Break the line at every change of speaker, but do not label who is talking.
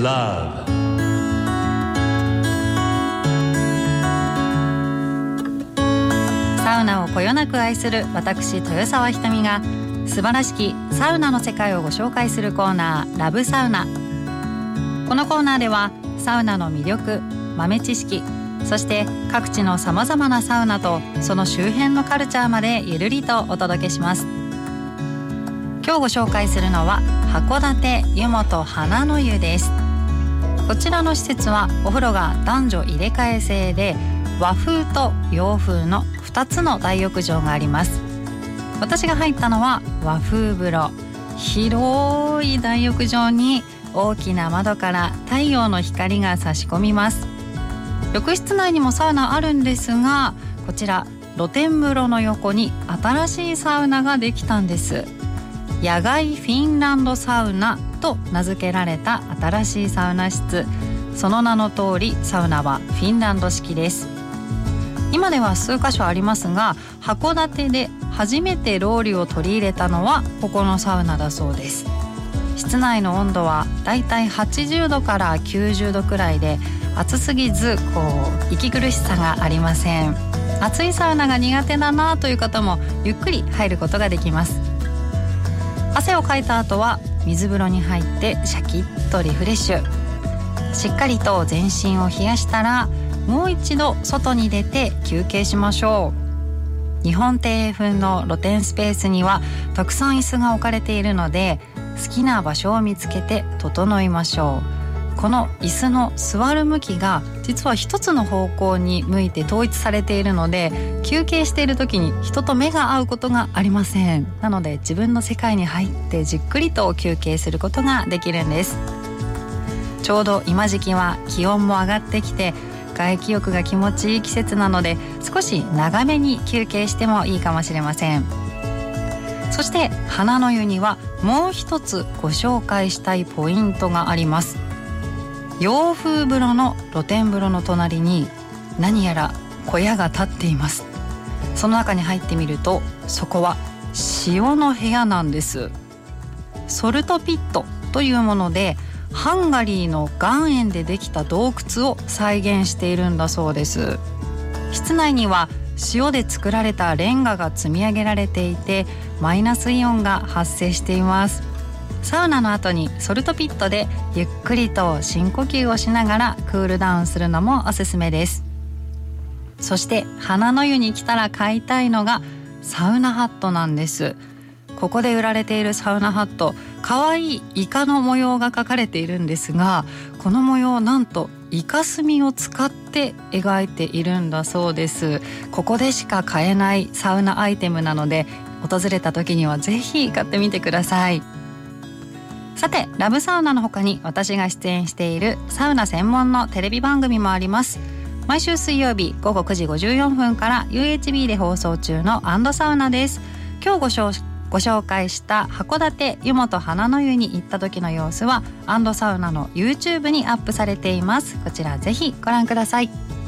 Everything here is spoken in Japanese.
love。
サウナをこよなく愛する私豊沢ひとみが素晴らしきサウナの世界をご紹介するコーナー、ラブサウナ。このコーナーではサウナの魅力、豆知識、そして各地のさまざまなサウナとその周辺のカルチャーまでゆるりとお届けします。今日ご紹介するのは函館湯本花の湯です。こちらの施設はお風呂が男女入れ替え制で、和風と洋風の2つの大浴場があります。私が入ったのは和風風呂。広い大浴場に大きな窓から太陽の光が差し込みます。浴室内にもサウナあるんですが、こちら露天風呂の横に新しいサウナができたんです。野外フィンランドサウナと名付けられた新しいサウナ室。その名の通りサウナはフィンランド式です。今では数カ所ありますが、函館で初めてロウリュを取り入れたのはここのサウナだそうです。室内の温度はだいたい80度から90度くらいで、暑すぎず息苦しさがありません。暑いサウナが苦手だなという方もゆっくり入ることができます。汗をかいた後は水風呂に入ってシャキッとリフレッシュ。しっかりと全身を冷やしたら、もう一度外に出て休憩しましょう。日本庭園風の露天スペースにはたくさん椅子が置かれているので、好きな場所を見つけて整いましょう。この椅子の座る向きが実は一つの方向に向いて統一されているので、休憩している時に人と目が合うことがありません。なので自分の世界に入ってじっくりと休憩することができるんです。ちょうど今時期は気温も上がってきて外気浴が気持ちいい季節なので、少し長めに休憩してもいいかもしれません。そして花の湯にはもう一つご紹介したいポイントがあります。洋風風呂の露天風呂の隣に何やら小屋が建っています。その中に入ってみると、そこは塩の部屋なんです。ソルトピットというもので、ハンガリーの岩塩でできた洞窟を再現しているんだそうです。室内には塩で作られたレンガが積み上げられていて、マイナスイオンが発生しています。サウナの後にソルトピットでゆっくりと深呼吸をしながらクールダウンするのもおすすめです。そして花の湯に来たら買いたいのがサウナハットなんです。ここで売られているサウナハット、かわいいイカの模様が描かれているんですが、この模様なんとイカ墨を使って描いているんだそうです。ここでしか買えないサウナアイテムなので、訪れた時にはぜひ買ってみてください。さて、ラブサウナの他に私が出演しているサウナ専門のテレビ番組もあります。毎週水曜日午後9時54分から UHB で放送中のアンドサウナです。今日ご紹介した函館湯本花の湯に行った時の様子はアンドサウナの YouTube にアップされています。こちらぜひご覧ください。